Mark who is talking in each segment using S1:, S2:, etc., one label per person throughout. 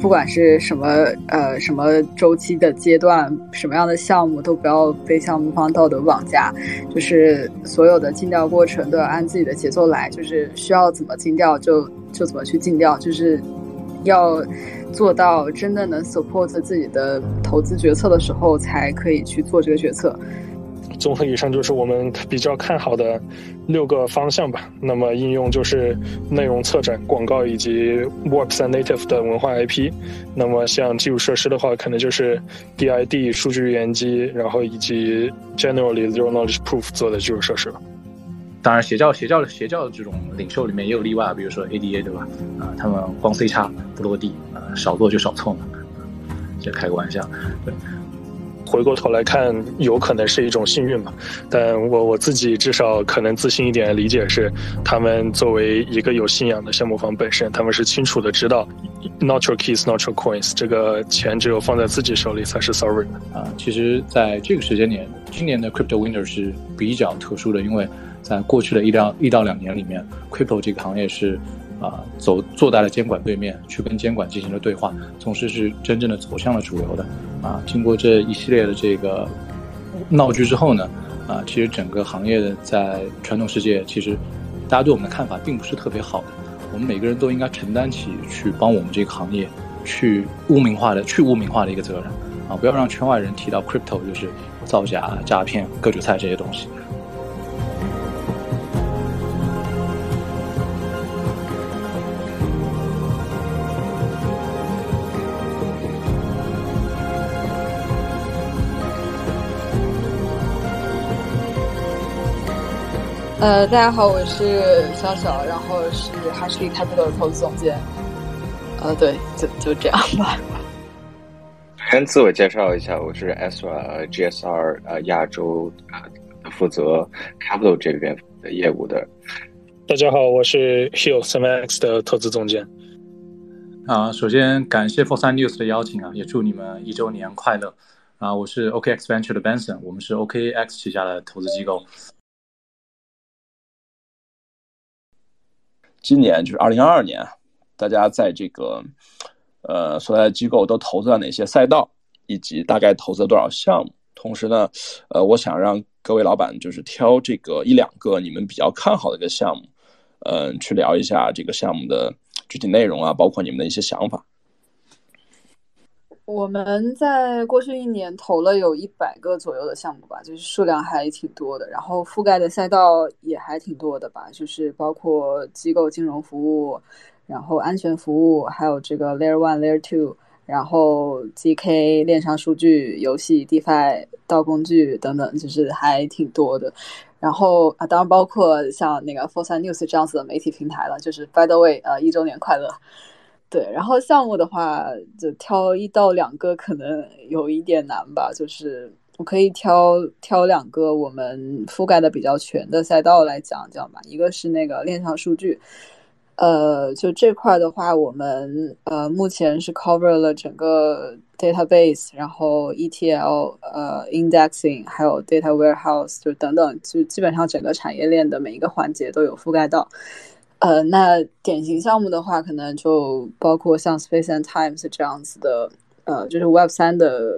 S1: 不管是什么周期的阶段，什么样的项目都不要被项目方道德绑架，就是所有的尽调过程都要按自己的节奏来，就是需要怎么尽调就怎么去尽调，就是要做到真的能 support 自己的投资决策的时候才可以去做这个决策。
S2: 综合以上就是我们比较看好的6个方向吧。那么应用就是内容策展、广告以及 Web3 native 的文化 IP。那么像基础设施的话，可能就是 DID 数据源机，然后以及 generally zero knowledge proof 做的基础设施了。
S3: 当然邪教这种领袖里面也有例外，比如说 ADA 对吧？他们光 C 叉不落地，少做就少错嘛，这开个玩笑。对。
S2: 回过头来看，有可能是一种幸运吧，但我自己至少可能自信一点的理解是，他们作为一个有信仰的项目方本身，他们是清楚的知道 not your keys not your coins， 这个钱只有放在自己手里才是 sovereign 的。
S3: 其实在这个时间点，今年的 crypto winter 是比较特殊的，因为在过去的1到2年里面 crypto 这个行业是坐在了监管对面，去跟监管进行了对话，同时是真正的走向了主流的。经过这一系列的这个闹剧之后呢，其实整个行业的在传统世界，其实大家对我们的看法并不是特别好的。我们每个人都应该承担起去帮我们这个行业去污名化的一个责任不要让圈外人提到 crypto 就是造假、诈骗、割韭菜这些东西。
S1: 大家好，我是小小，然后是 Hashly Capital 的投资总监。对，就这样吧。
S4: 先自我介绍一下，我是 Asra GSR 亚洲负责 Capital 这边的业务的。
S2: 大家好，我是 Hill SMX 的投资总监。
S3: 首先感谢 Fosun News 的邀请也祝你们1周年快乐。我是 OKX Venture 的 Benson， 我们是 OKX 旗下的投资机构。
S5: 今年就是2022年，大家在这个所在的机构都投资了哪些赛道，以及大概投资了多少项目？同时呢，我想让各位老板就是挑这个1-2个你们比较看好的一个项目，去聊一下这个项目的具体内容包括你们的一些想法。
S1: 我们在过去1年投了有100个左右的项目吧，就是数量还挺多的，然后覆盖的赛道也还挺多的吧，就是包括机构金融服务，然后安全服务，还有这个 Layer 1、Layer 2，然后 GK 链上数据、游戏、DeFi、道工具等等，就是还挺多的。然后当然包括像那个 Fosun News 这样子的媒体平台了，就是 By the way， 1周年快乐。对，然后项目的话，就挑1到2个可能有一点难吧，就是我可以挑2个我们覆盖的比较全的赛道来讲讲吧。一个是那个链上数据，就这块的话，我们目前是 cover 了整个 database， 然后 ETL indexing， 还有 data warehouse， 就等等，就基本上整个产业链的每一个环节都有覆盖到。那典型项目的话，可能就包括像 Space and Times 这样子的，就是 Web3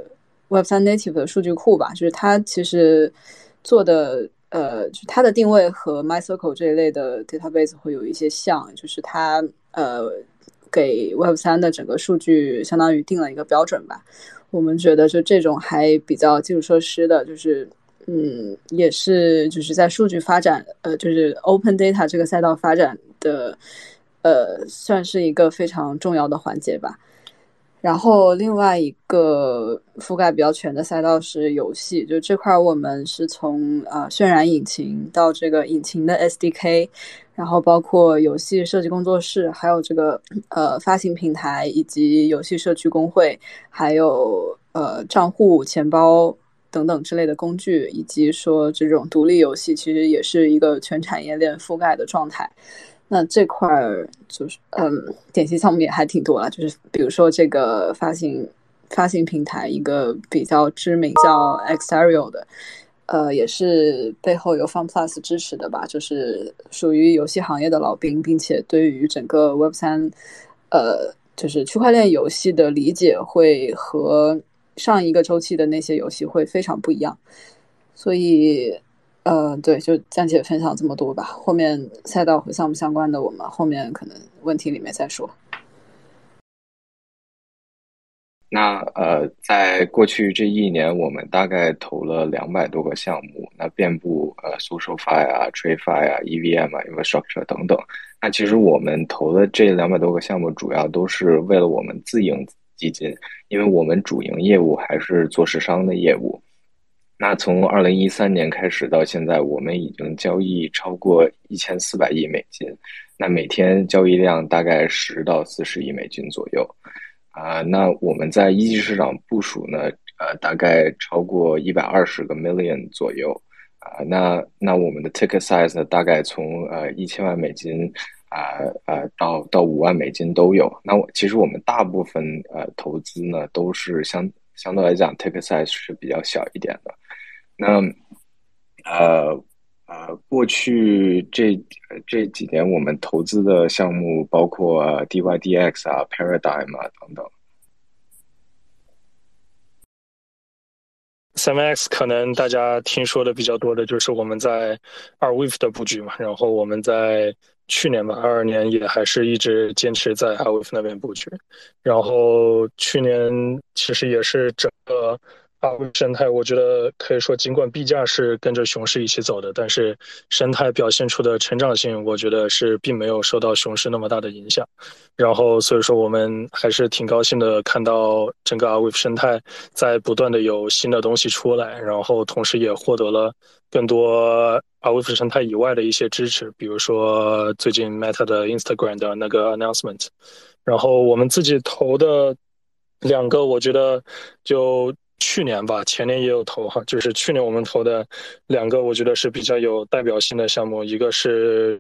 S1: native 的数据库吧，就是它其实做的，就它的定位和 MyCircle 这一类的 database 会有一些像，就是它给 Web3 的整个数据相当于定了一个标准吧。我们觉得就这种还比较基础设施的，就是也是就是在数据发展，就是 Open Data 这个赛道发展的，算是一个非常重要的环节吧。然后另外一个覆盖比较全的赛道是游戏，就这块我们是从渲染引擎到这个引擎的 SDK， 然后包括游戏设计工作室，还有这个发行平台，以及游戏社区工会，还有账户、钱包等等之类的工具，以及说这种独立游戏其实也是一个全产业链覆盖的状态。那这块就是典型项目也还挺多了，就是比如说这个发行平台一个比较知名叫 Xario 的，也是背后有 FunPlus 支持的吧，就是属于游戏行业的老兵，并且对于整个 Web3 就是区块链游戏的理解会和上一个周期的那些游戏会非常不一样，所以对，就暂且分享这么多吧。后面赛道和项目相关的，我们后面可能问题里面再说。
S4: 那在过去这一年，我们大概投了200多个项目，那遍布SocialFi 啊、TradeFi 啊、EVM 啊、Infrastructure 等等。那其实我们投的这200多个项目，主要都是为了我们自营基金，因为我们主营业务还是做市商的业务。那从2013年开始到现在，我们已经交易超过1400亿美金，那每天交易量大概10到40亿美金左右。那我们在一级市场部署呢，大概超过120个 million 左右。那我们的 ticket size 呢，大概从1000万美金到5万美金都有。那其实我们大部分投资呢，都是相对来讲 ticket size 是比较小一点的。那过去这几年我们投资的项目包括DYDX 啊、Paradigm 啊等等。
S2: SamX 可能大家听说的比较多的就是我们在2Wave 的布局嘛，然后我们在去年吧，22年也还是一直坚持在 2Wave 那边布局，然后去年其实也是整个2Wave 生态，我觉得可以说尽管币价是跟着熊市一起走的，但是生态表现出的成长性，我觉得是并没有受到熊市那么大的影响。然后所以说我们还是挺高兴的看到整个 2Wave 生态在不断的有新的东西出来，然后同时也获得了更多 2Wave 生态以外的一些支持，比如说最近 Meta 的 Instagram 的那个 announcement。然后我们自己投的2个，我觉得就去年吧，前年也有投哈，就是去年我们投的2个，我觉得是比较有代表性的项目，一个是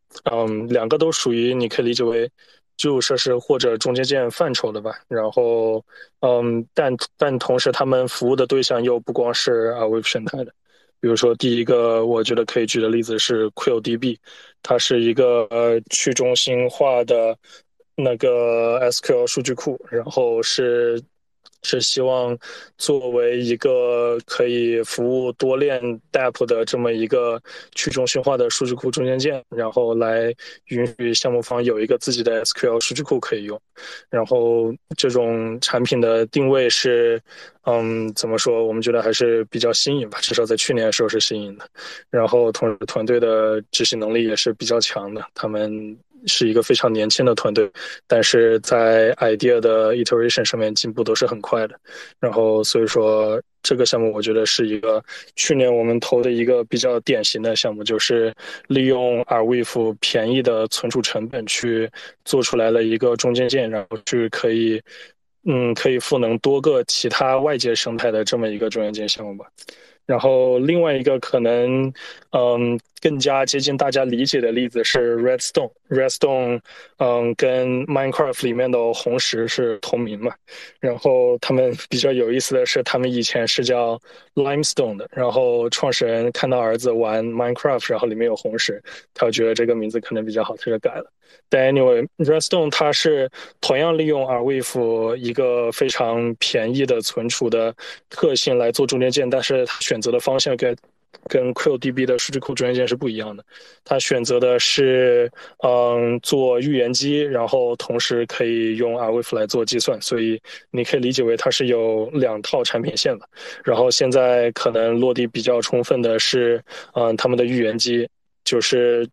S2: 2个都属于你可以理解为基础设施或者中间件范畴的吧。然后但同时他们服务的对象又不光是Web 生态的。比如说第一个我觉得可以举的例子是 QuillDB， 它是一个去中心化的那个 SQL 数据库，然后是希望作为一个可以服务多链 DApp 的这么一个去中心化的数据库中间件，然后来允许项目方有一个自己的 SQL 数据库可以用。然后这种产品的定位是怎么说，我们觉得还是比较新颖吧，至少在去年的时候是新颖的。然后同时团队的执行能力也是比较强的，他们是一个非常年轻的团队，但是在 idea 的 iteration 上面进步都是很快的。然后所以说这个项目我觉得是一个去年我们投的一个比较典型的项目，就是利用 Arweave 便宜的存储成本去做出来了一个中间件，然后去可以赋能多个其他外界生态的这么一个中间件项目吧。然后另外一个可能更加接近大家理解的例子是 Redstone 跟 Minecraft 里面的红石是同名嘛，然后他们比较有意思的是他们以前是叫 Limestone 的，然后创始人看到儿子玩 Minecraft 然后里面有红石，他觉得这个名字可能比较好，他就改了。但 anyway Redstone 它是同样利用 Arweave 一个非常便宜的存储的特性来做中间件，但是它选择的方向跟 QuillDB 的数据库中间件是不一样的。它选择的是做预言机，然后同时可以用 Arweave 来做计算，所以你可以理解为它是有2套产品线的。然后现在可能落地比较充分的是他们的预言机，就是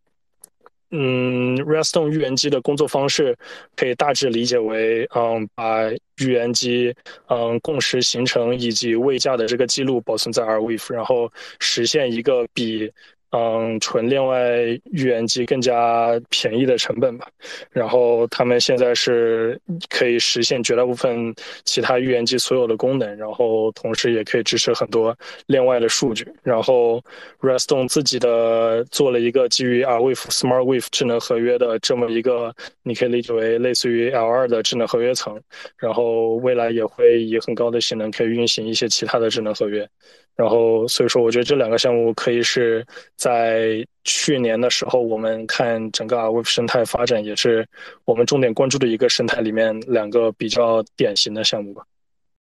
S2: Redstone 预言机的工作方式可以大致理解为把预言机共识形成以及位价的这个记录保存在 Arweave， 然后实现一个比纯链外预言机更加便宜的成本吧。然后他们现在是可以实现绝大部分其他预言机所有的功能，然后同时也可以支持很多链外的数据。然后 Redstone 自己的做了一个基于 Arweave SmartWeave 智能合约的这么一个，你可以理解为类似于 L2 的智能合约层，然后未来也会以很高的性能可以运行一些其他的智能合约。 然后所以说我觉得这两个项目可以是在去年的时候我们看整个 Web 生态发展，也是我们重点关注的一个生态里面两个比较典型的项目吧。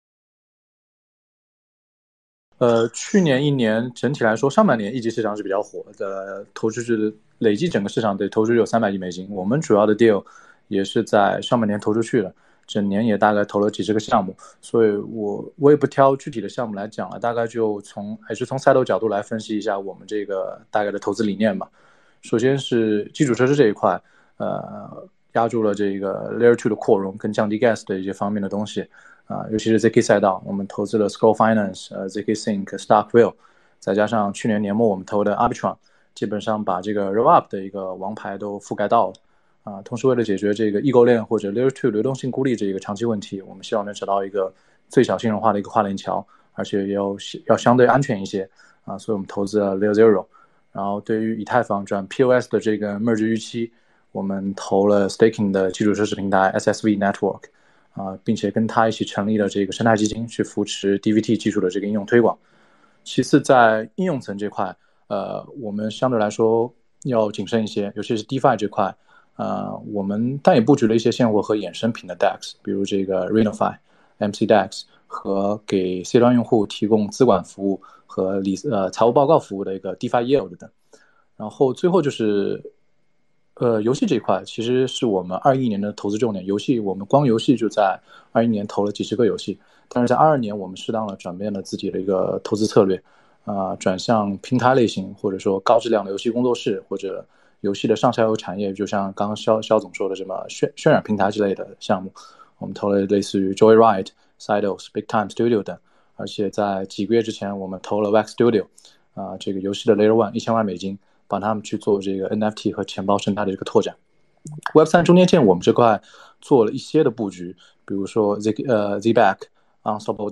S3: 去年一年整体来说，上半年一级市场是比较火的，投出去累计整个市场得投出有300亿美金。我们主要的 deal 也是在上半年投出去的，整年也大概投了几十个项目，所以我也不挑具体的项目来讲了，大概就还是从赛道角度来分析一下我们这个大概的投资理念吧。首先是基础设施这一块，压住了这个 Layer 2的扩容跟降低 gas 的一些方面的东西。尤其是 ZK 赛道，我们投资了 Scroll Finance、ZK Sync、Starkville， 再加上去年年末我们投的 Arbitrum， 基本上把这个 Rollup 的一个王牌都覆盖到了。同时为了解决这个异构链或者 Layer 2流动性孤立这一个长期问题，我们希望能找到一个最小信任化的一个跨链桥，而且要相对安全一些所以我们投资了 Layer 0。然后对于以太坊转 POS 的这个 merge 预期，我们投了 staking 的基础设施平台 SSV Network。并且跟他一起成立了这个生态基金，去扶持 DVT 技术的这个应用推广。其次，在应用层这块，我们相对来说要谨慎一些，尤其是 DeFi 这块，我们但也布局了一些现货和衍生品的 DEX， 比如这个 RenoFi、MC-DEX 和给 C 端用户提供资管服务和财务报告服务的一个 DeFi Yield 等。然后最后就是游戏这一块其实是我们21年的投资重点。游戏我们光游戏就在21年投了几十个游戏，但是在22年我们适当的转变了自己的一个投资策略，转向平台类型或者说高质量的游戏工作室或者游戏的上下游产业，就像刚刚肖总说的什么渲染平台之类的项目，我们投了类似于 Joyride、Sidos、Big Time Studio 等。而且在几个月之前我们投了 Wax Studio，这个游戏的 Layer 1 1000万美金，帮他们去做这个 NFT 和钱包生态的这个拓展。Web3 中间件我们这块做了一些的布局，比如说 Zback、Unstoppable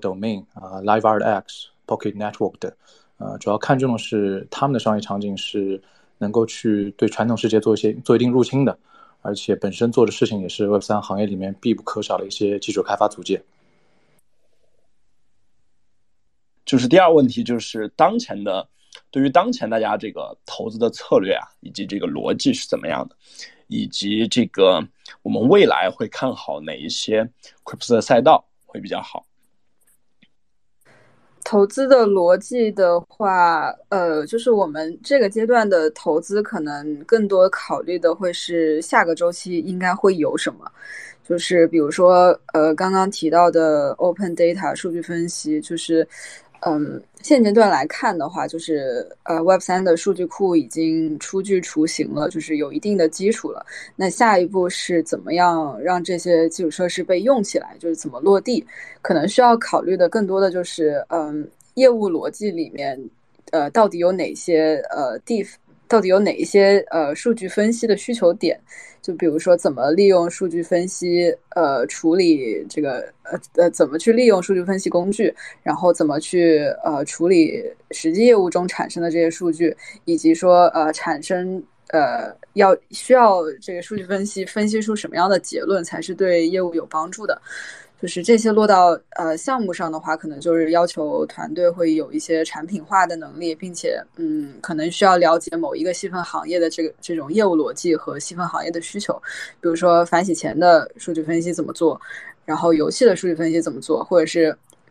S3: Domain、LiveArtX、Pocket Network 等，主要看重的是他们的商业场景是能够去对传统世界做一定入侵的，而且本身做的事情也是 Web3 行业里面必不可少的一些基础开发组件。
S5: 就是第二问题就是对于当前大家这个投资的策略以及这个逻辑是怎么样的，以及这个我们未来会看好哪一些 Crypto 的赛道会比较好。
S1: 投资的逻辑的话，就是我们这个阶段的投资可能更多考虑的会是下个周期应该会有什么，就是比如说刚刚提到的 Open Data 数据分析，就是现阶段来看的话，就是Web3 的数据库已经初具雏形了，就是有一定的基础了。那下一步是怎么样让这些基础设施被用起来，就是怎么落地，可能需要考虑的更多的就是业务逻辑里面到底有哪些数据分析的需求点，就比如说怎么利用数据分析处理这个怎么去利用数据分析工具，然后怎么去处理实际业务中产生的这些数据，以及说产生需要这个数据分析出什么样的结论才是对业务有帮助的。就是这些落到项目上的话，可能就是要求团队会有一些产品化的能力，并且可能需要了解某一个细分行业的这种业务逻辑和细分行业的需求，比如说反洗钱的数据分析怎么做，然后游戏的数据分析怎么做，或者是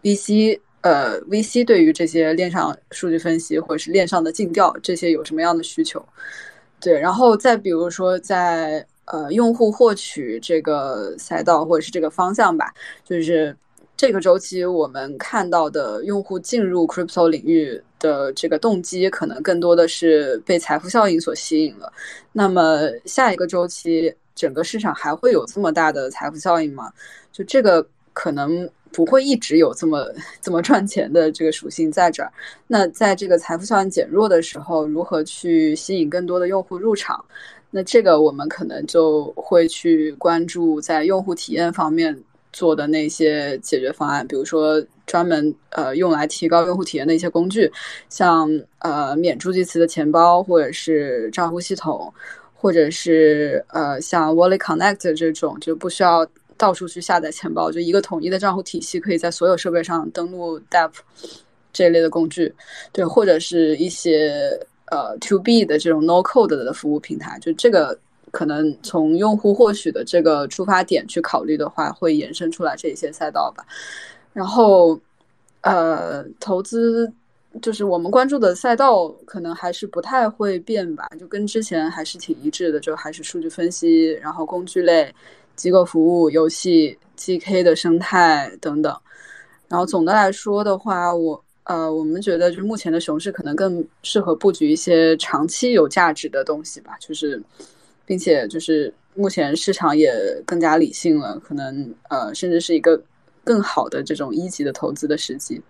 S1: VC 对于这些链上数据分析或者是链上的尽调这些有什么样的需求。对，然后再比如说在用户获取这个赛道或者是这个方向吧，就是这个周期我们看到的用户进入 crypto 领域的这个动机可能更多的是被财富效应所吸引了。那么下一个周期整个市场还会有这么大的财富效应吗？就这个可能不会一直有这么赚钱的这个属性在这儿。那在这个财富效应减弱的时候，如何去吸引更多的用户入场？那这个我们可能就会去关注在用户体验方面做的那些解决方案，比如说专门用来提高用户体验的一些工具，像免助记词的钱包，或者是账户系统，或者是像 Wallet Connect 这种就不需要到处去下载钱包，就一个统一的账户体系可以在所有设备上登录 DApp。 这一类的工具，对，或者是一些to B 的这种 no code 的服务平台，就这个可能从用户获取的这个出发点去考虑的话，会延伸出来这些赛道吧。然后投资就是我们关注的赛道可能还是不太会变吧，就跟之前还是挺一致的，就还是数据分析，然后工具类、机构服务、游戏、GK 的生态等等。然后总的来说的话，我们觉得就是目前的熊市可能更适合布局一些长期有价值的东西吧，就是并且就是目前市场也更加理性了，可能甚至是一个更好的这种一级的投资的时机。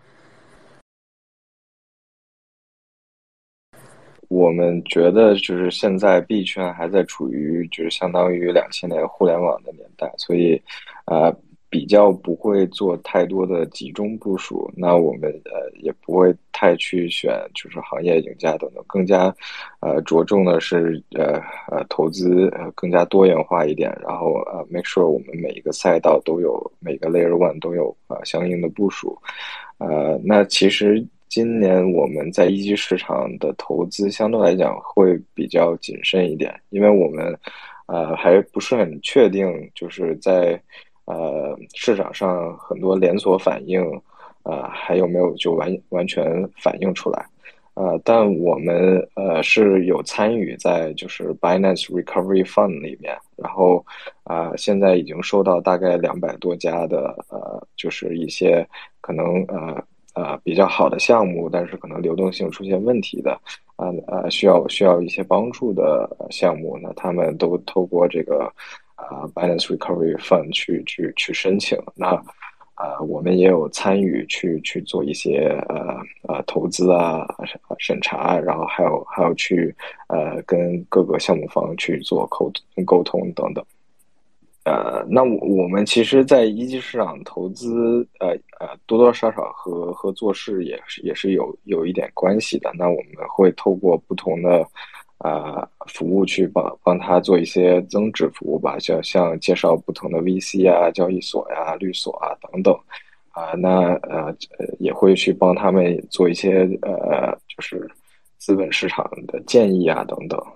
S4: 我们觉得就是现在币圈还在处于就是相当于2000年互联网的年代，所以比较不会做太多的集中部署。那我们也不会太去选就是行业赢家等等，更加着重的是投资更加多元化一点，然后make sure 我们每一个赛道都有每个 layer one 都有相应的部署。那其实今年我们在一级市场的投资相对来讲会比较谨慎一点，因为我们还不是很确定，就是在市场上很多连锁反应还有没有就完全反映出来。但我们是有参与在就是 Binance Recovery Fund 里面，然后现在已经收到大概200多家的就是一些可能比较好的项目，但是可能流动性出现问题的需要一些帮助的项目，那他们都透过这个Binance Recovery Fund 去申请。那我们也有参与去做一些投资审查，然后还有去跟各个项目方去做沟通等等。那我们其实，在一级市场投资，多多少少和做事也是有一点关系的。那我们会透过不同的服务去帮他做一些增值服务吧，像介绍不同的 VC 交易所律所等等那也会去帮他们做一些就是资本市场的建议等等。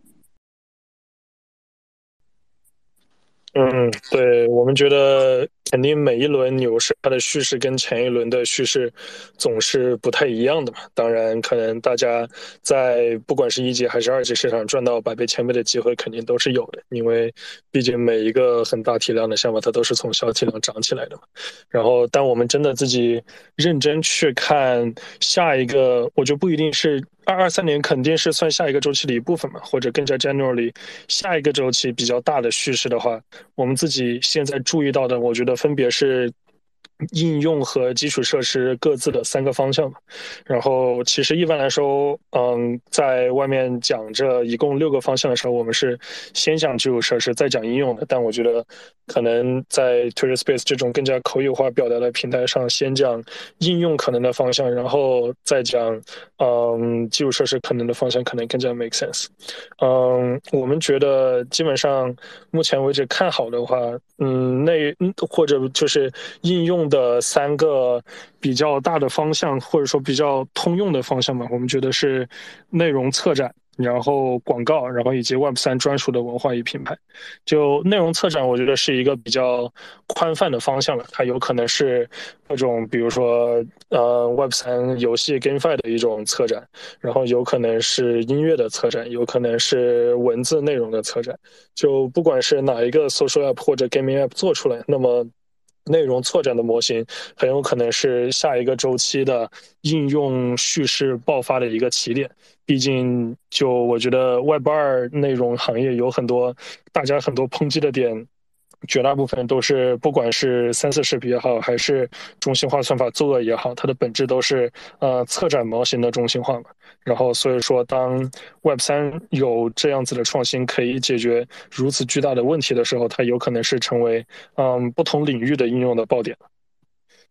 S2: 对，我们觉得肯定每一轮牛市它的叙事跟前一轮的叙事总是不太一样的嘛。当然，可能大家在不管是一级还是二级市场赚到百倍、千倍的机会肯定都是有的，因为毕竟每一个很大体量的项目它都是从小体量涨起来的嘛。然后，当我们真的自己认真去看下一个，我觉得不一定是2023年，肯定是算下一个周期的一部分嘛，或者更加 generally 下一个周期比较大的叙事的话，我们自己现在注意到的，我觉得分别是应用和基础设施各自的3个方向吧。然后其实一般来说，在外面讲这一共6个方向的时候，我们是先讲基础设施，再讲应用的。但我觉得可能在 Twitter Space 这种更加口语化表达的平台上，先讲应用可能的方向，然后再讲基础设施可能的方向，可能更加 make sense。我们觉得基本上目前为止看好的话，或者就是应用的3个比较大的方向，或者说比较通用的方向吧，我们觉得是内容策展，然后广告，然后以及 Web3 专属的文化与品牌。就内容策展，我觉得是一个比较宽泛的方向了，它有可能是各种，比如说Web3 游戏 GameFi 的一种策展，然后有可能是音乐的策展，有可能是文字内容的策展。就不管是哪一个 social app 或者 gaming app 做出来，那么内容策展的模型很有可能是下一个周期的应用叙事爆发的一个起点。毕竟就我觉得 Web2 内容行业有很多大家很多抨击的点，绝大部分都是不管是censorship也好，还是中心化算法作恶也好，它的本质都是策展模型的中心化嘛。然后所以说当 Web3 有这样子的创新可以解决如此巨大的问题的时候，它有可能是成为不同领域的应用的爆点。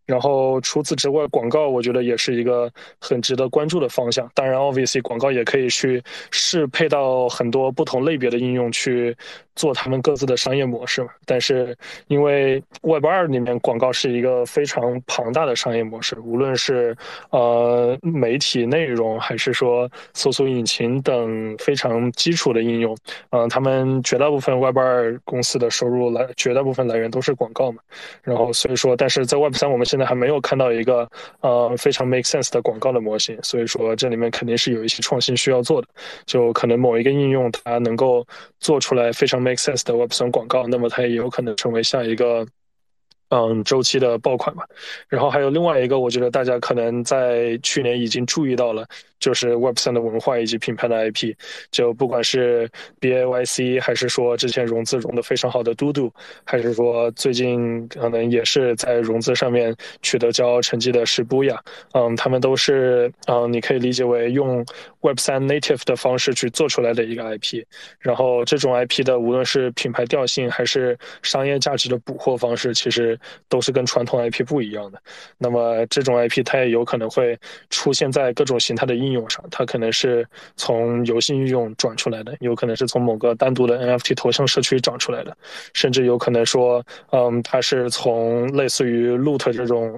S2: 然后除此之外，广告我觉得也是一个很值得关注的方向。当然 ，obviously 广告也可以去适配到很多不同类别的应用去做他们各自的商业模式嘛。但是因为 Web2里面广告是一个非常庞大的商业模式，无论是媒体内容还是说搜索引擎等非常基础的应用，他们绝大部分 Web2公司的收入绝大部分来源都是广告嘛。然后所以说，但是在 Web3我们现在还没有看到一个非常 make sense 的广告的模型，所以说这里面肯定是有一些创新需要做的。就可能某一个应用它能够做出来非常 make sense 的 Web3广告，那么它也有可能成为下一个周期的爆款吧。然后还有另外一个，我觉得大家可能在去年已经注意到了，就是 Web3的文化以及品牌的 IP。就不管是 BAYC， 还是说之前融资融得非常好的嘟嘟，还是说最近可能也是在融资上面取得骄傲成绩的是布雅，他们都是你可以理解为用 Web3 native 的方式去做出来的一个 IP。然后这种 IP 的无论是品牌调性还是商业价值的捕获方式，其实都是跟传统 IP 不一样的。那么这种 IP 它也有可能会出现在各种形态的应用上，它可能是从游戏应用转出来的，有可能是从某个单独的 NFT 头像社区长出来的，甚至有可能说它是从类似于 Loot 这种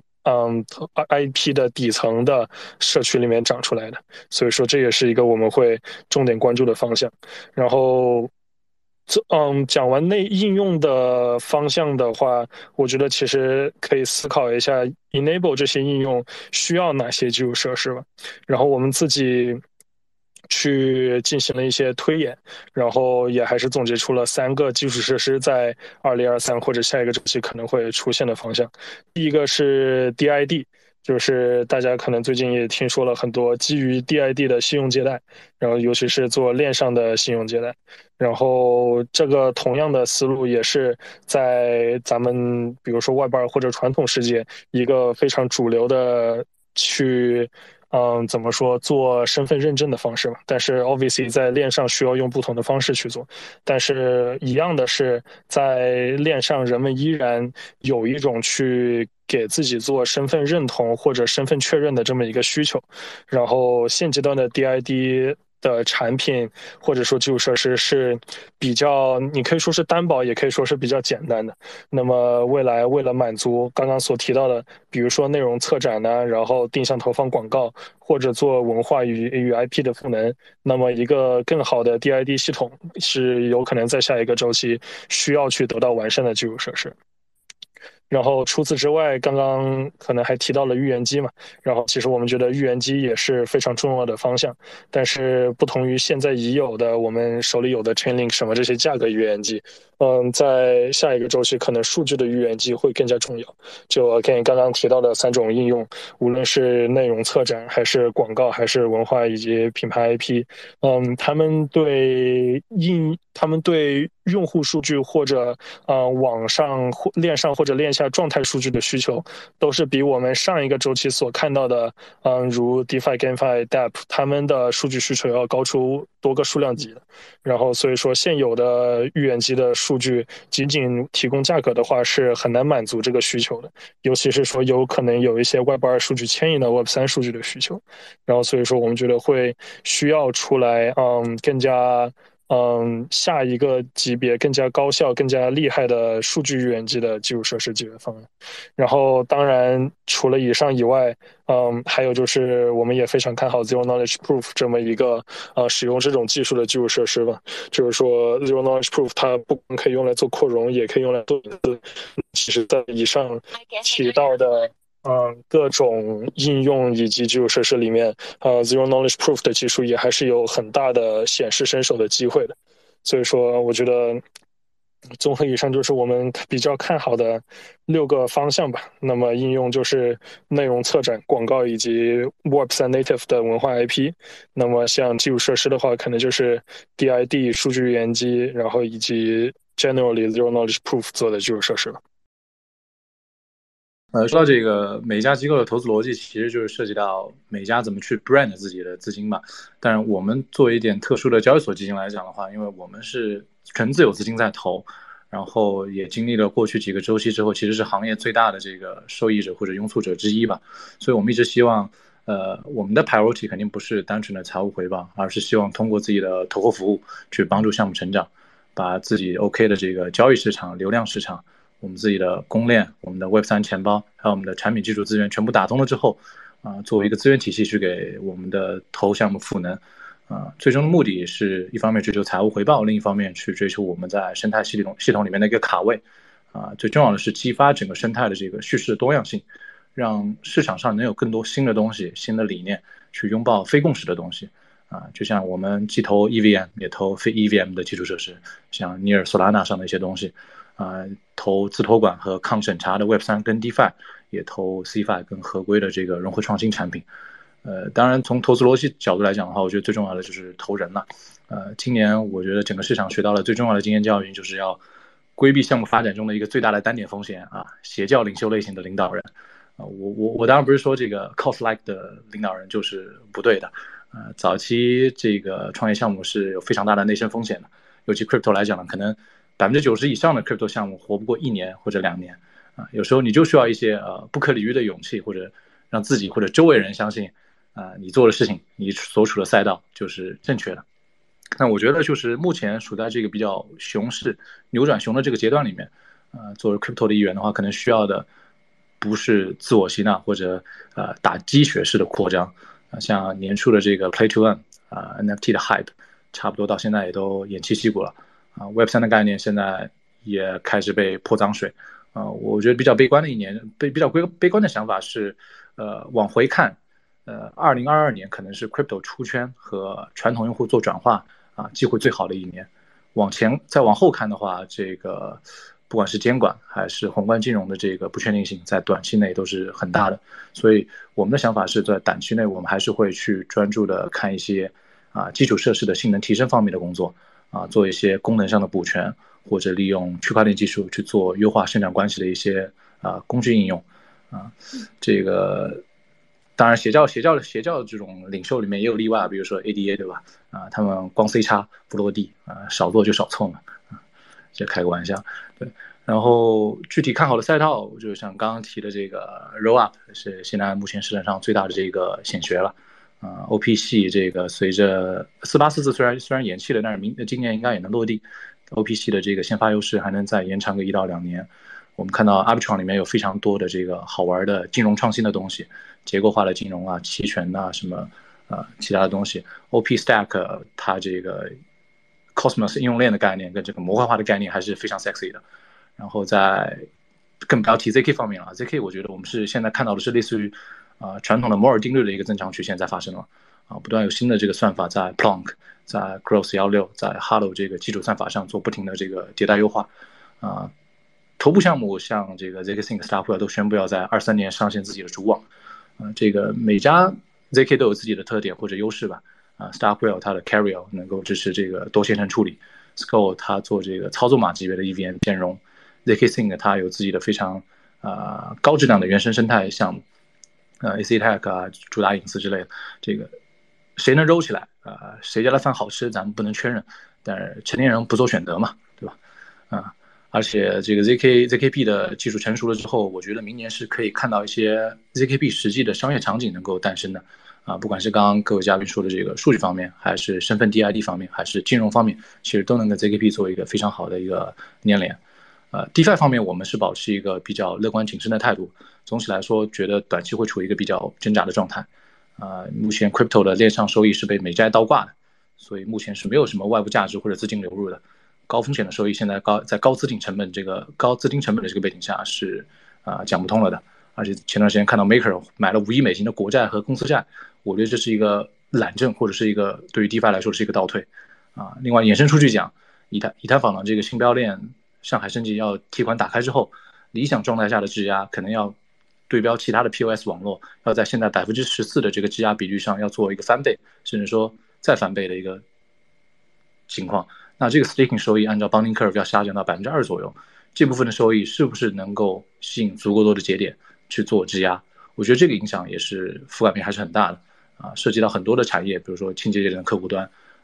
S2: IP 的底层的社区里面长出来的。所以说这也是一个我们会重点关注的方向。然后讲完应用的方向的话，我觉得其实可以思考一下 enable 这些应用需要哪些基础设施吧。然后我们自己去进行了一些推演，然后也还是总结出了3个基础设施在2023或者下一个周期可能会出现的方向。第一个是 DID，就是大家可能最近也听说了很多基于 DID 的信用借贷，然后尤其是做链上的信用借贷。然后这个同样的思路也是在咱们比如说Web2或者传统世界一个非常主流的去怎么说做身份认证的方式嘛。但是 obviously 在链上需要用不同的方式去做，但是一样的是在链上人们依然有一种去给自己做身份认同或者身份确认的这么一个需求。然后现阶段的 DID的产品或者说基础设施是比较，你可以说是担保，也可以说是比较简单的。那么未来为了满足刚刚所提到的，比如说内容策展呢，然后定向投放广告，或者做文化与 IP 的赋能，那么一个更好的 DID 系统是有可能在下一个周期需要去得到完善的基础设施。然后除此之外，刚刚可能还提到了预言机嘛，然后其实我们觉得预言机也是非常重要的方向，但是不同于现在已有的我们手里有的 Chainlink 什么这些价格预言机，在下一个周期可能数据的预言机会更加重要。就跟刚刚提到的3种应用，无论是内容策展还是广告还是文化以及品牌 IP，他们对用户数据或者网上链上或者链下状态数据的需求，都是比我们上一个周期所看到的如 DeFi、GameFi、Dap 他们的数据需求要高出多个数量级的。然后所以说现有的预言机的数据仅仅提供价格的话是很难满足这个需求的，尤其是说有可能有一些 Web2 数据牵引到 Web3 数据的需求。然后所以说我们觉得会需要出来更加下一个级别更加高效更加厉害的数据预言机的基础设施解决方案。然后当然除了以上以外，还有就是我们也非常看好 Zero Knowledge Proof 这么一个使用这种技术的基础设施吧。就是说 Zero Knowledge Proof 它不光可以用来做扩容，也可以用来做隐私。其实在以上提到的各种应用以及基础设施里面Zero Knowledge Proof 的技术也还是有很大的显示身手的机会的。所以说我觉得综合以上就是我们比较看好的6个方向吧。那么应用就是内容策展、广告以及 Web3 native 的文化 IP。那么像基础设施的话，可能就是 DID 数据预言机，然后以及 generally Zero Knowledge Proof 做的基础设施了。
S3: 说到这个每一家机构的投资逻辑，其实就是涉及到每家怎么去 brand 自己的资金嘛。当然，我们作为一点特殊的交易所基金来讲的话，因为我们是纯自有资金在投， 然后也经历了过去几个周期之后，其实是行业最大的这个受益者或者拥簇者之一吧。所以我们一直希望，我们的 priority 肯定不是单纯的财务回报，而是希望通过自己的投后服务去帮助项目成长，把自己 OK 的这个交易市场、流量市场、我们自己的公链、我们的 Web3 钱包，还有我们的产品基础资源全部打通了之后，作为一个资源体系去给我们的投项目赋能。最终的目的是一方面追求财务回报，另一方面去追求我们在生态系统里面的一个卡位。最重要的是激发整个生态的这个叙事的多样性，让市场上能有更多新的东西、新的理念去拥抱非共识的东西。就像我们既投 EVM 也投非 EVM 的基础设施，像 Near、Solana 上的一些东西，投自托管和抗审查的 Web3 跟 DeFi， 也投 CeFi 跟合规的这个融合创新产品。当然从投资逻辑角度来讲的话，我觉得最重要的就是投人了。今年我觉得整个市场学到了最重要的经验教训，就是要规避项目发展中的一个最大的单点风险邪教领袖类型的领导人。我当然不是说这个 cost-like 的领导人就是不对的。早期这个创业项目是有非常大的内生风险的，尤其 crypto 来讲呢，可能90%以上的 crypto 项目活不过1年或者2年。有时候你就需要一些不可理喻的勇气，或者让自己或者周围人相信你做的事情，你所处的赛道就是正确的。那我觉得就是目前处在这个比较熊市扭转熊的这个阶段里面，作为 crypto 的一员的话，可能需要的不是自我吸纳或者打鸡血式的扩张。像年初的这个 Play to Earn NFT 的 hype， 差不多到现在也都偃旗息鼓了。Web3 的概念现在也开始被泼脏水。我觉得比较悲观的一年，比较悲观的想法是，往回看，2022年可能是 crypto 出圈和传统用户做转化机会最好的一年。再往后看的话，这个不管是监管还是宏观金融的这个不确定性，在短期内都是很大的。所以我们的想法是在短期内，我们还是会去专注的看一些基础设施的性能提升方面的工作，做一些功能上的补全，或者利用区块链技术去做优化生产关系的一些工具应用。这个当然邪教的这种领袖里面也有例外，比如说 ADA 对吧？他们光 C 叉不落地，少做就少凑嘛，这开个玩笑。对，然后具体看好的赛道，就像刚刚提的这个 Rollup 是现在目前市场上最大的这个显学了。OP 系这个随着4844虽然延期了，但是今年应该也能落地。OP 系的这个先发优势还能再延长个1到2年。我们看到 Arbitrum 里面有非常多的这个好玩的金融创新的东西，结构化的金融期权什么其他的东西。OP Stack 它这个 Cosmos 应用链的概念跟这个模块化的概念还是非常 sexy 的。然后在更不要提 ZK 方面了 ，ZK 我觉得我们是现在看到的是类似于传统的摩尔定律的一个增长曲线在发生了。不断有新的这个算法在 Plonk、在 Gross16、在 Halo 这个基础算法上做不停的这个迭代优化。头部项目像这个 zkSync、Starkwheel 都宣布要在23年上线自己的主网。这个每家 ZK 都有自己的特点或者优势吧。Starkwheel 它的 Carrier 能够支持这个多线程处理 ，Skull 它做这个操作码级别的 EVM 兼容 ，zkSync 它有自己的非常高质量的原生生态项目，ACTech 主打隐私之类的。这个谁能揉起来谁家的饭好吃咱们不能确认，但是成年人不做选择嘛，对吧？而且这个 ZKP 的技术成熟了之后，我觉得明年是可以看到一些 ZKP 实际的商业场景能够诞生的。不管是刚刚各位嘉宾说的这个数据方面，还是身份 DID 方面，还是金融方面，其实都能跟 ZKP 做一个非常好的一个粘连。DeFi 方面，我们是保持一个比较乐观谨慎的态度。总体来说，觉得短期会处于一个比较挣扎的状态。目前 Crypto 的链上收益是被美债倒挂的，所以目前是没有什么外部价值或者资金流入的。高风险的收益现在在高资金成本的这个背景下是讲不通了的。而且前段时间看到 Maker 买了5亿美金的国债和公司债，我觉得这是一个懒政，或者是一个对于 DeFi 来说是一个倒退。另外衍生出去讲，以太坊的这个信标链上海升级要提款打开之后，理想状态下的质押可能要对标其他的 POS 网络，要在现在14%的这个质押比率上要做一个翻倍，甚至说再翻倍的一个情况。那这个 staking 收益按照 Bonding Curve 要下降到2%左右，这部分的收益是不是能够吸引足够多的节点去做质押？我觉得这个影响也是覆盖面还是很大的涉及到很多的产业，比如说清洁节点的客户端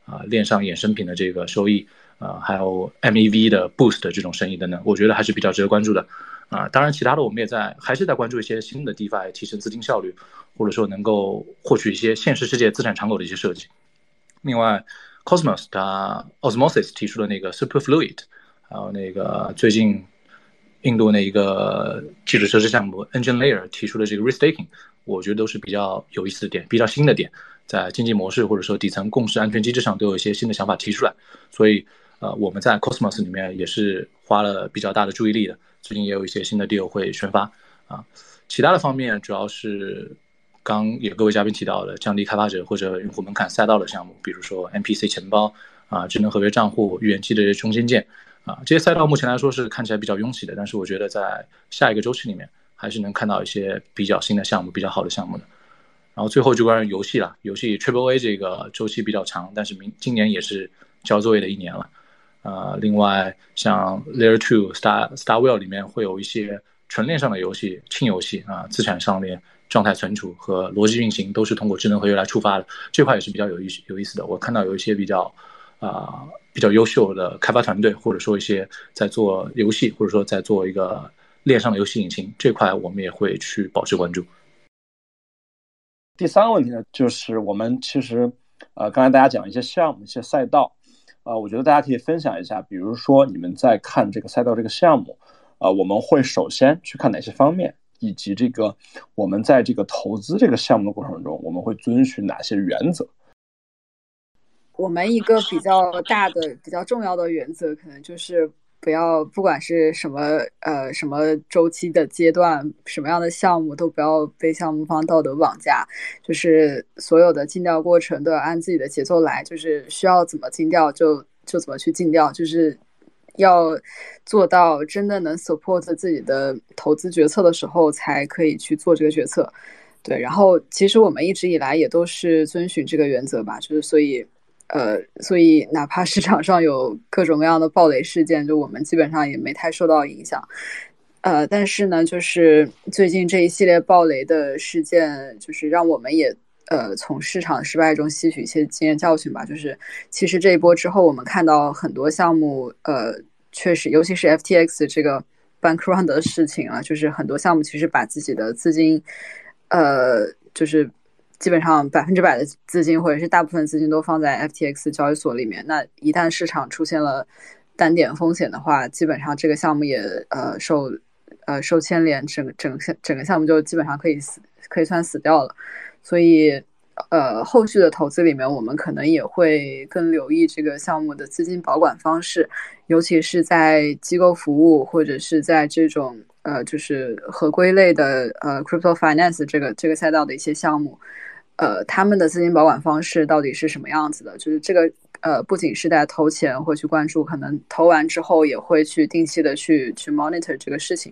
S3: 链上衍生品的这个收益，还有 MEV 的 boost 的这种生意等等，我觉得还是比较值得关注的。当然其他的我们还是在关注一些新的 DeFi 提升资金效率，或者说能够获取一些现实世界资产敞口的一些设计。另外 Cosmos 它 Osmosis 提出的那个 Superfluid， 还有那个最近印度那一个基础设施项目 Engine Layer 提出的这个 Restaking， 我觉得都是比较有意思的点，比较新的点，在经济模式或者说底层共识安全机制上都有一些新的想法提出来，所以我们在 Cosmos 里面也是花了比较大的注意力的，最近也有一些新的 deal 会宣发其他的方面主要是刚也各位嘉宾提到的降低开发者或者用户门槛赛道的项目，比如说 MPC 钱包智能合约账户、预言机的中心件这些赛道目前来说是看起来比较拥挤的，但是我觉得在下一个周期里面还是能看到一些比较新的项目、比较好的项目的。然后最后就关于游戏了，游戏 AAA 这个周期比较长，但是今年也是交作业的一年了。另外像 Layer 2 Starwell 里面会有一些纯链上的游戏、轻游戏资产上链、状态存储和逻辑运行都是通过智能合约来触发的，这块也是比较有意思的。我看到有一些比较优秀的开发团队，或者说一些在做游戏，或者说在做一个链上的游戏引擎，这块我们也会去保持关注。
S5: 第三个问题呢，就是我们其实刚才大家讲一些项目、一些赛道我觉得大家可以分享一下，比如说你们在看这个赛道这个项目我们会首先去看哪些方面，以及这个我们在这个投资这个项目的过程中，我们会遵循哪些原则？
S1: 我们一个比较大的、比较重要的原则，可能就是不管是什么周期的阶段，什么样的项目，都不要被项目方道德绑架。就是所有的尽调过程都要按自己的节奏来，就是需要怎么尽调就怎么去尽调，就是要做到真的能 support 自己的投资决策的时候，才可以去做这个决策。对，然后其实我们一直以来也都是遵循这个原则吧，就是所以哪怕市场上有各种各样的暴雷事件，就我们基本上也没太受到影响。但是呢，就是最近这一系列暴雷的事件，就是让我们也从市场失败中吸取一些经验教训吧。就是其实这一波之后，我们看到很多项目确实，尤其是 FTX 这个 bank run 的事情就是很多项目其实把自己的资金就是基本上100%的资金或者是大部分资金都放在 FTX 交易所里面，那一旦市场出现了单点风险的话，基本上这个项目也受牵连，整个项目就基本上可以算死掉了。所以后续的投资里面，我们可能也会更留意这个项目的资金保管方式，尤其是在机构服务或者是在这种就是合规类的crypto finance 这个赛道的一些项目，他们的资金保管方式到底是什么样子的？就是这个不仅是在投前会去关注，可能投完之后也会去定期的去 monitor 这个事情。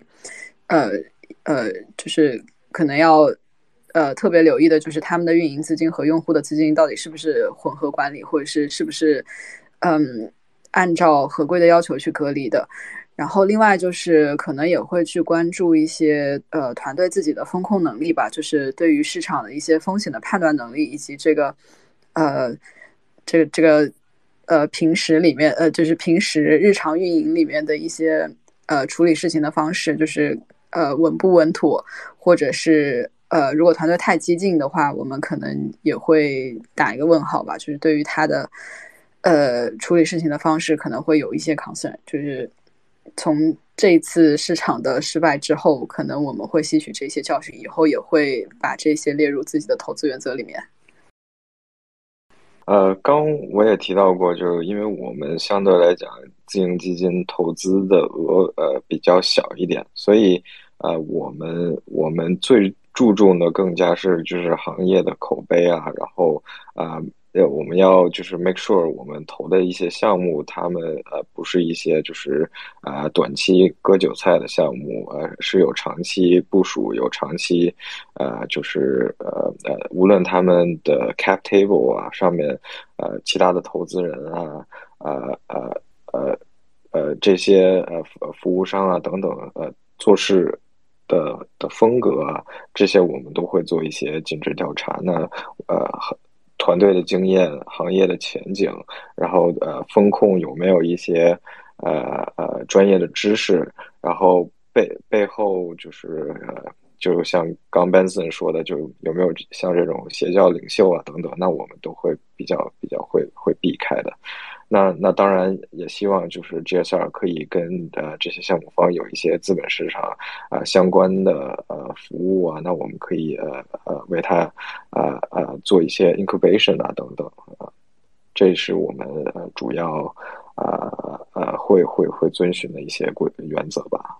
S1: 就是可能要特别留意的就是他们的运营资金和用户的资金到底是不是混合管理，或者是不是按照合规的要求去隔离的。然后另外就是可能也会去关注一些团队自己的风控能力吧，就是对于市场的一些风险的判断能力，以及这个平时里面就是平时日常运营里面的一些处理事情的方式，就是稳不稳妥，或者是如果团队太激进的话，我们可能也会打一个问号吧，就是对于他的处理事情的方式可能会有一些 concern。就是从这一次市场的失败之后，可能我们会吸取这些教训，以后也会把这些列入自己的投资原则里面。
S4: 刚我也提到过，就是因为我们相对来讲自营基金投资的额比较小一点，所以我们最注重的更加是就是行业的口碑然后我们要就是 make sure 我们投的一些项目，他们不是一些就是短期割韭菜的项目，是有长期部署，有长期就是无论他们的 cap table 上面其他的投资人这些服务商等等做事的风格这些我们都会做一些尽职调查。那团队的经验、行业的前景，然后风控有没有一些专业的知识，然后背后就是就像刚 Benson 说的，就有没有像这种邪教领袖啊等等，那我们都会比较会避开的。那当然也希望就是 GSR 可以跟这些项目方有一些资本市场相关的服务啊，那我们可以为他做一些 incubation 啊等等这是我们主要会遵循的一些原则吧。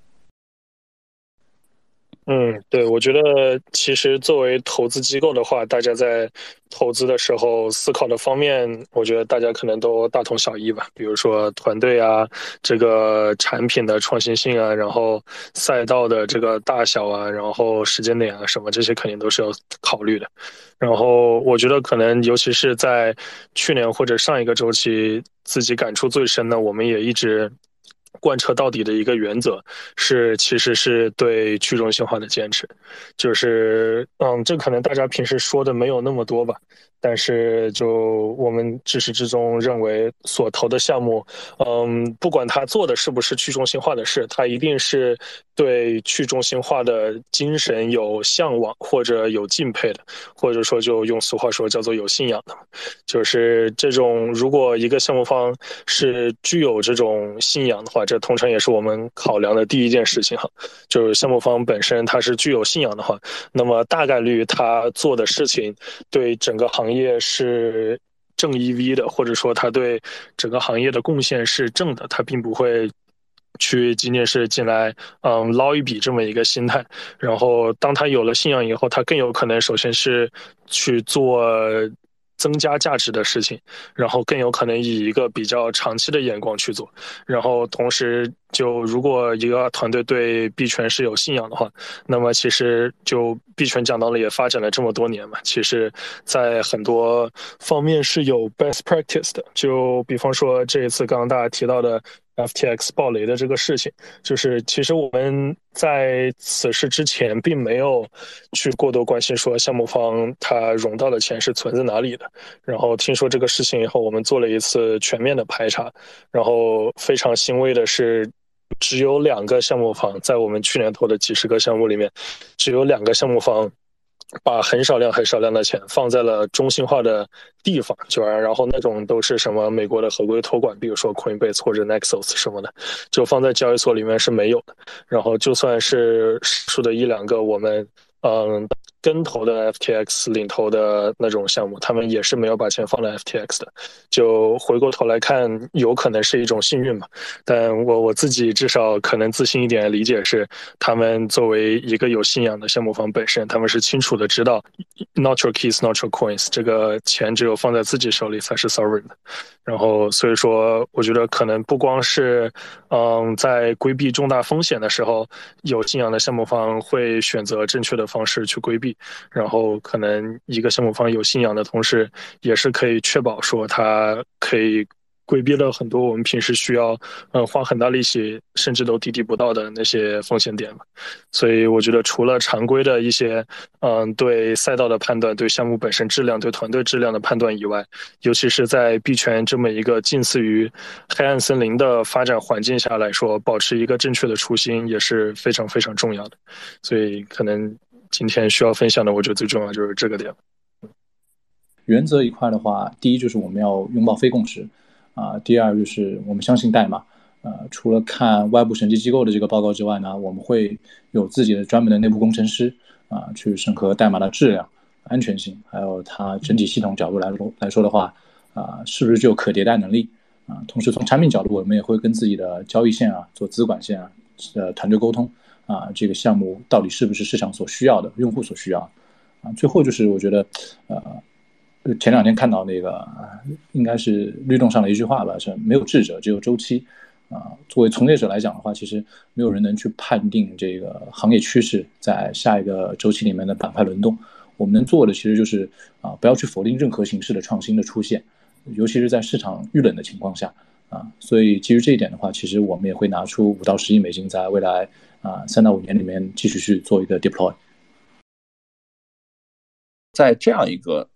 S2: 对，我觉得其实作为投资机构的话，大家在投资的时候思考的方面，我觉得大家可能都大同小异吧。比如说团队啊，这个产品的创新性啊，然后赛道的这个大小啊，然后时间点啊什么，这些肯定都是要考虑的。然后我觉得可能尤其是在去年或者上一个周期，自己感触最深的，我们也一直贯彻到底的一个原则其实是对去中心化的坚持，就是这可能大家平时说的没有那么多吧，但是就我们至始至终认为所投的项目，不管他做的是不是去中心化的事，他一定是对去中心化的精神有向往或者有敬佩的，或者说就用俗话说叫做有信仰的，就是这种如果一个项目方是具有这种信仰的话，这通常也是我们考量的第一件事情哈，就是项目方本身它是具有信仰的话，那么大概率他做的事情对整个行业是正 EV 的，或者说他对整个行业的贡献是正的，他并不会去仅仅是进来捞一笔这么一个心态。然后当他有了信仰以后，他更有可能首先是去做增加价值的事情，然后更有可能以一个比较长期的眼光去做。然后同时就如果一个团队对币圈是有信仰的话，那么其实就币圈讲道理也发展了这么多年嘛，其实在很多方面是有 best practice 的。就比方说这一次刚刚大家提到的FTX 爆雷的这个事情，就是其实我们在此事之前并没有去过多关心说项目方他融到的钱是存在哪里的，然后听说这个事情以后，我们做了一次全面的排查，然后非常欣慰的是只有2个项目方在我们去年投的几十个项目里面，只有2个项目方把很少量的钱放在了中心化的地方，然后那种都是什么美国的合规托管，比如说 Coinbase 或者 Nexus 什么的，就放在交易所里面是没有的。然后就算是数的1-2个我们跟投的 FTX 领投的那种项目，他们也是没有把钱放在 FTX 的。就回过头来看，有可能是一种幸运吧。但我自己至少可能自信一点的理解是，他们作为一个有信仰的项目方本身，他们是清楚的知道 not your keys, not your coins， 这个钱只有放在自己手里才是 sovereign 的。然后所以说，我觉得可能不光是在规避重大风险的时候，有信仰的项目方会选择正确的方式去规避，然后可能一个项目方有信仰的同时，也是可以确保说他可以规避了很多我们平时需要花很大力气甚至都抵抵不到的那些风险点嘛。所以我觉得除了常规的一些对赛道的判断、对项目本身质量、对团队质量的判断以外，尤其是在币圈这么一个近似于黑暗森林的发展环境下来说，保持一个正确的初心也是非常非常重要的。所以可能今天需要分享的，我觉得最重要就是这个点。
S3: 原则一块的话，第一就是我们要拥抱非共识第二就是我们相信代码。除了看外部审计机构的这个报告之外呢，我们会有自己的专门的内部工程师去审核代码的质量、安全性，还有它整体系统角度来说的话，是不是具有可迭代能力同时从产品角度，我们也会跟自己的交易线做资管线团队沟通这个项目到底是不是市场所需要的、用户所需要最后就是我觉得前2天看到那个应该是律动上的一句话吧，是没有智者，只有周期作为从业者来讲的话，其实没有人能去判定这个行业趋势在下一个周期里面的板块轮动。我们能做的其实就是不要去否定任何形式的创新的出现，尤其是在市场遇冷的情况下所以基于这一点的话，其实我们也会拿出5到10亿美金，在未来3到5年里面继续去做一个 deploy。
S5: 在这样一个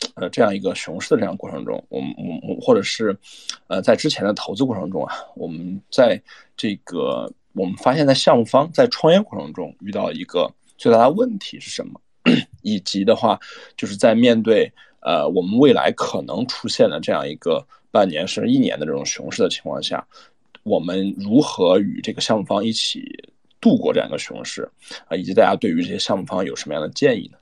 S5: 这样一个熊市的这样过程中，我们或者是在之前的投资过程中啊，我们在这个我们发现，在项目方在创业过程中遇到一个最大的问题是什么，以及的话就是在面对我们未来可能出现的这样一个半年甚至1年的这种熊市的情况下，我们如何与这个项目方一起度过这样一个熊市啊，以及大家对于这些项目方有什么样的建议呢？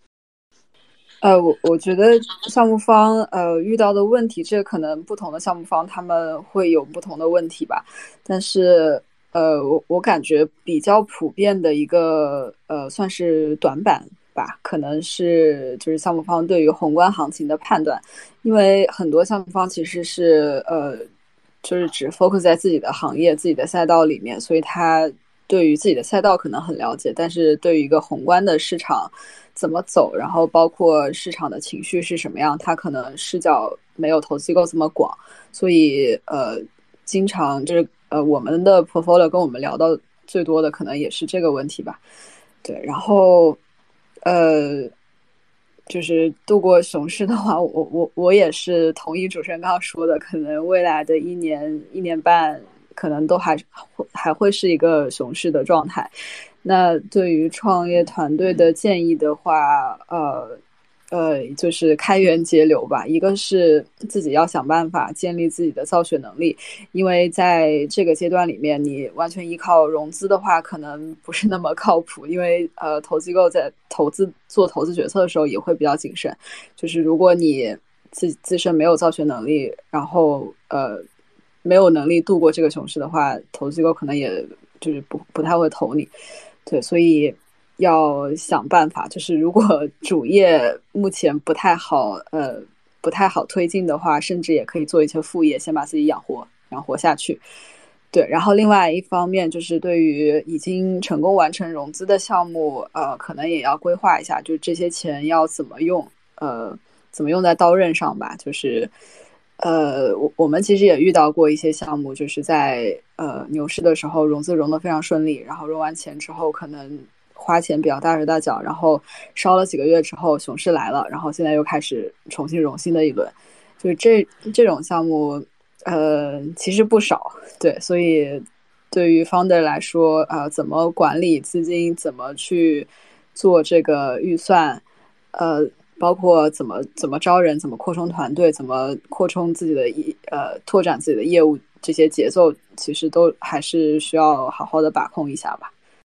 S1: 我觉得项目方遇到的问题，这可能不同的项目方他们会有不同的问题吧，但是我感觉比较普遍的一个算是短板吧，可能是就是项目方对于宏观行情的判断，因为很多项目方其实是就是只 focus 在自己的行业、自己的赛道里面，所以他对于自己的赛道可能很了解，但是对于一个宏观的市场怎么走，然后包括市场的情绪是什么样，他可能视角没有投资机构这么广，所以经常就是我们的 portfolio 跟我们聊到最多的可能也是这个问题吧。对，然后就是度过熊市的话，我也是同意主持人刚刚说的，可能未来的1年半可能都还会是一个熊市的状态。那对于创业团队的建议的话，就是开源节流吧。一个是自己要想办法建立自己的造血能力，因为在这个阶段里面，你完全依靠融资的话，可能不是那么靠谱。因为投资机构在做投资决策的时候也会比较谨慎，就是如果你自身没有造血能力，然后没有能力度过这个熊市的话，投资机构可能也就是不太会投你。对，所以要想办法，就是如果主业目前不太好推进的话，甚至也可以做一些副业，先把自己养活下去。对，然后另外一方面就是对于已经成功完成融资的项目，可能也要规划一下，就这些钱要怎么用，怎么用在刀刃上吧。就是我们其实也遇到过一些项目，就是在牛市的时候融资融得非常顺利，然后融完钱之后可能花钱比较大手大脚，然后烧了几个月之后熊市来了，然后现在又开始重新融新的一轮，就是这种项目其实不少。对，所以对于 founder 来说，怎么管理资金，怎么去做这个预算，包括怎么招人，怎么扩充团队，怎么扩充自己的拓展自己的业务，这些节奏其实都还是需要好好的把控一下吧。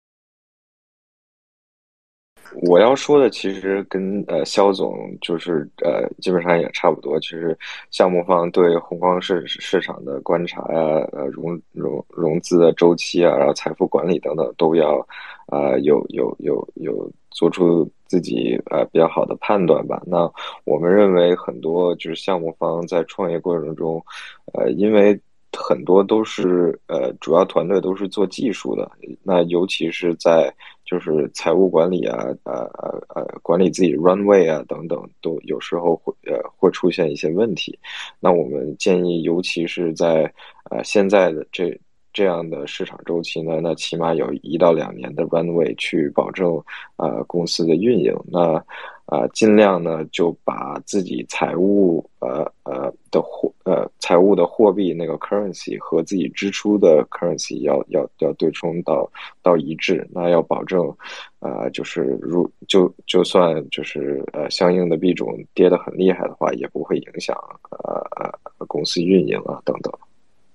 S4: 我要说的其实跟肖总就是基本上也差不多。其实项目方对宏观市场的观察呀，融资的周期啊，然后财富管理等等都要有做出自己比较好的判断吧。那我们认为很多就是项目方在创业过程中，因为很多都是主要团队都是做技术的，那尤其是在就是财务管理啊，管理自己 runway 啊等等，都有时候会出现一些问题。那我们建议，尤其是在现在的这样的市场周期呢，那起码有1到2年的 runway 去保证公司的运营。那尽量呢就把自己财务的货币那个 currency 和自己支出的 currency 要对冲到一致。那要保证就是就算就是相应的币种跌得很厉害的话，也不会影响公司运营啊等等。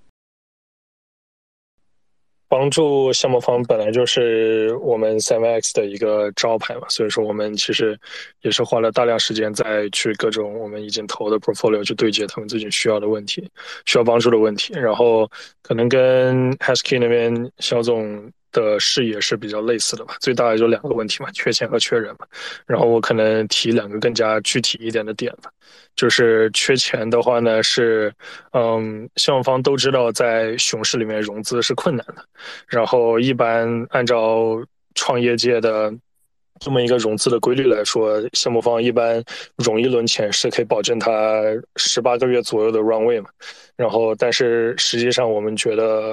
S2: 帮助项目方本来就是我们 7X 的一个招牌嘛，所以说我们其实也是花了大量时间在去各种我们已经投的 portfolio 去对接他们自己需要的问题，需要帮助的问题。然后可能跟 Husky 那边肖总的视野是比较类似的吧，最大的就2个问题嘛，缺钱和缺人嘛。然后我可能提2个更加具体一点的点吧。就是缺钱的话呢，是项目方都知道在熊市里面融资是困难的，然后一般按照创业界的这么一个融资的规律来说，项目方一般融一轮钱是可以保证他18个月左右的 runway 嘛。然后但是实际上我们觉得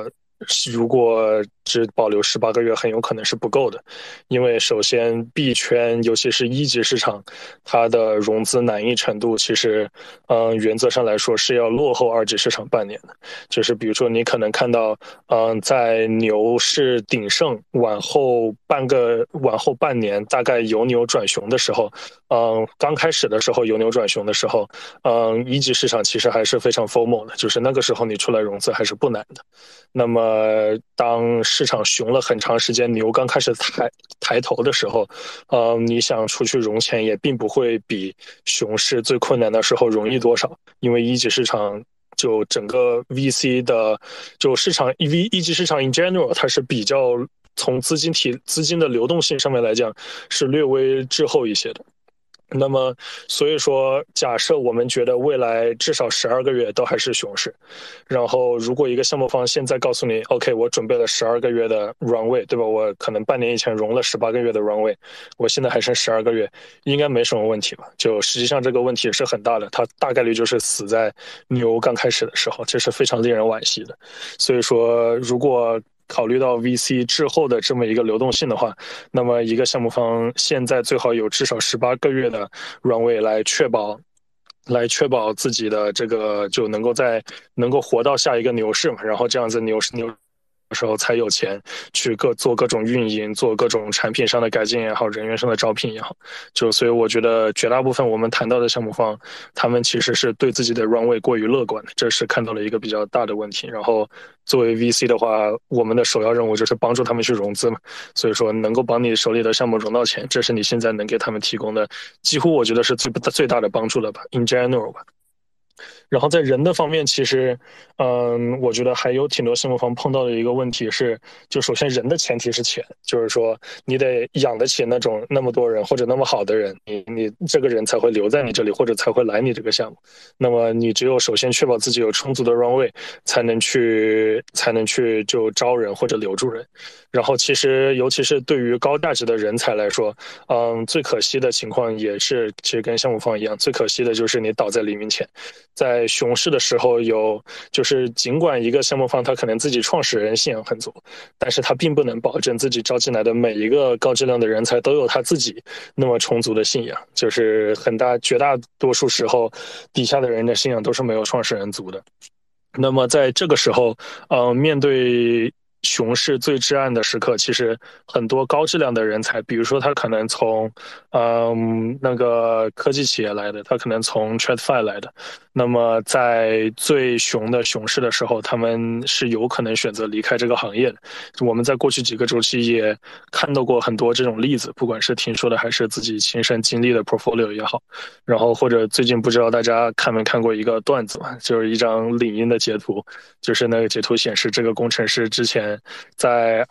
S2: 如果只保留18个月，很有可能是不够的，因为首先币圈，尤其是一级市场，它的融资难易程度其实，原则上来说是要落后二级市场半年的。就是比如说，你可能看到，在牛市鼎盛往后半年，大概由牛转熊的时候，刚开始的时候由牛转熊的时候，一级市场其实还是非常 FOMO 的，就是那个时候你出来融资还是不难的。那么当市场熊了很长时间，牛刚开始抬头的时候，你想出去融钱也并不会比熊市最困难的时候容易多少，因为一级市场就整个 VC 的就市场一级市场 in general 它是比较从资金的流动性上面来讲是略微滞后一些的。那么，所以说，假设我们觉得未来至少12个月都还是熊市，然后如果一个项目方现在告诉你 ，OK， 我准备了12个月的 runway， 对吧？我可能半年以前融了18个月的 runway， 我现在还剩12个月，应该没什么问题吧？就实际上这个问题是很大的，它大概率就是死在牛刚开始的时候，这是非常令人惋惜的。所以说，如果考虑到 VC 滞后的这么一个流动性的话，那么一个项目方现在最好有至少18个月的 runway 来确保自己的这个就能够活到下一个牛市嘛，然后这样子牛的时候才有钱去做各种运营，做各种产品上的改进也好，人员上的招聘也好，就所以我觉得绝大部分我们谈到的项目方，他们其实是对自己的 runway 过于乐观的，这是看到了一个比较大的问题。然后作为 VC 的话，我们的首要任务就是帮助他们去融资嘛，所以说能够帮你手里的项目融到钱，这是你现在能给他们提供的，几乎我觉得是最大的帮助了吧 ，in general 吧。然后在人的方面，其实，我觉得还有挺多项目方碰到的一个问题是，就首先人的前提是钱，就是说你得养得起那么多人或者那么好的人，你这个人才会留在你这里，或者才会来你这个项目。那么你只有首先确保自己有充足的 runway，才能去就招人或者留住人。然后其实尤其是对于高价值的人才来说，最可惜的情况也是其实跟项目方一样，最可惜的就是你倒在黎明前。在熊市的时候就是尽管一个项目方他可能自己创始人信仰很足，但是他并不能保证自己招进来的每一个高质量的人才都有他自己那么充足的信仰，就是绝大多数时候底下的人的信仰都是没有创始人足的。那么在这个时候，面对熊市最至暗的时刻，其实很多高质量的人才，比如说他可能从那个科技企业来的，他可能从 TradFi 来的，那么在最熊的熊市的时候，他们是有可能选择离开这个行业的。我们在过去几个周期也看到过很多这种例子，不管是听说的还是自己亲身经历的 portfolio 也好，然后或者最近不知道大家看没看过一个段子嘛，就是一张领英的截图，就是那个截图显示这个工程师之前在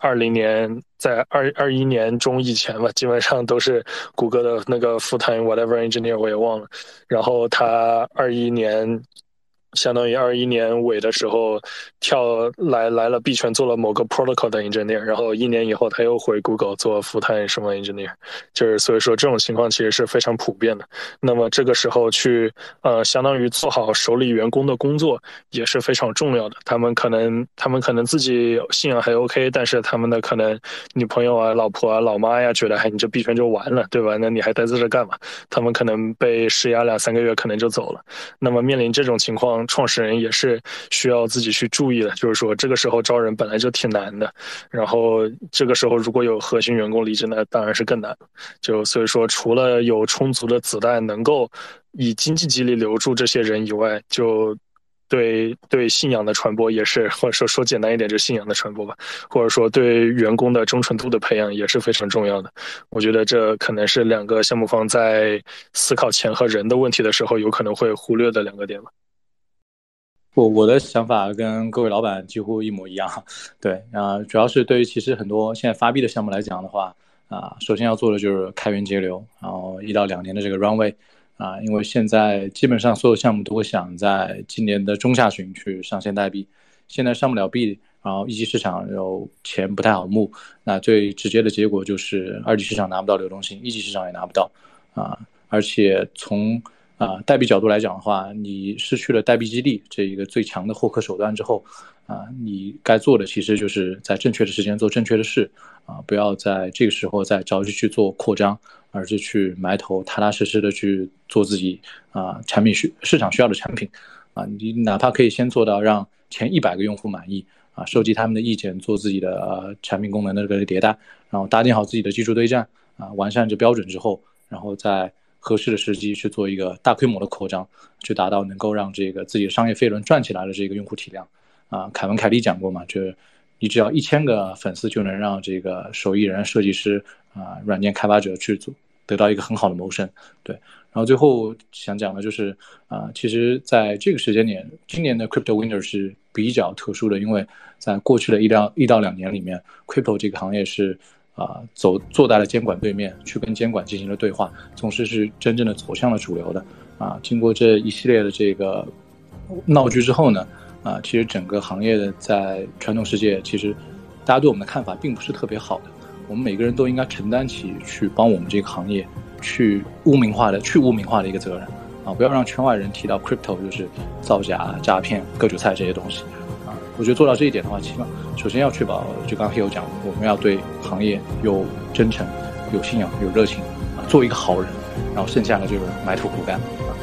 S2: 21年中以前吧，基本上都是谷歌的那个 full-time whatever engineer， 我也忘了。然后他相当于21年尾的时候来了币圈做了某个 protocol 的 engineer， 然后1年以后他又回 Google 做 full-time 什么 engineer， 就是所以说这种情况其实是非常普遍的。那么这个时候去相当于做好手里员工的工作也是非常重要的。他们可能自己信仰还 OK， 但是他们的可能女朋友啊、老婆啊、老妈呀觉得你这币圈就完了，对吧？那你还待在这干嘛？他们可能被施压2-3个月可能就走了。那么面临这种情况，创始人也是需要自己去注意的，就是说这个时候招人本来就挺难的，然后这个时候如果有核心员工离职，那当然是更难了。所以说除了有充足的子弹能够以经济激励留住这些人以外，就对信仰的传播也是，或者说简单一点就是信仰的传播吧，或者说对员工的忠诚度的培养也是非常重要的。我觉得这可能是两个项目方在思考钱和人的问题的时候有可能会忽略的2个点吧。
S3: 我的想法跟各位老板几乎一模一样，对主要是对于其实很多现在发币的项目来讲的话首先要做的就是开源节流，然后1到2年的这个 runway因为现在基本上所有项目都会想在今年的中下旬去上线代币，现在上不了币，然后一级市场有钱不太好募，那最直接的结果就是二级市场拿不到流动性，一级市场也拿不到而且从代币角度来讲的话，你失去了代币激励这一个最强的获客手段之后，你该做的其实就是在正确的时间做正确的事，不要在这个时候再着急去做扩张，而是去埋头踏踏实实的去做自己市场需要的产品，你哪怕可以先做到让前100个用户满意，收集他们的意见，做自己的产品功能的这个迭代，然后搭建好自己的技术对战，完善这标准之后，然后在合适的时机去做一个大规模的扩张，去达到能够让这个自己的商业飞轮转起来的这个用户体量。凯文·凯利讲过嘛，就是你只要1000个粉丝就能让这个手艺人、设计师、软件开发者去得到一个很好的谋生。对，然后最后想讲的就是其实在这个时间点，今年的 Crypto Winter 是比较特殊的，因为在过去的1到2年里面 ，Crypto 这个行业是坐在了监管对面，去跟监管进行了对话，同时是真正的走向了主流的。经过这一系列的这个闹剧之后呢，其实整个行业的在传统世界，其实大家对我们的看法并不是特别好的。我们每个人都应该承担起去帮我们这个行业去污名化的一个责任不要让圈外人提到 crypto 就是造假、诈骗、割韭菜这些东西我觉得做到这一点的话，起码首先要确保，就刚刚 Hill 讲的，我们要对行业有真诚、有信仰、有热情做一个好人，然后剩下的就是埋头苦干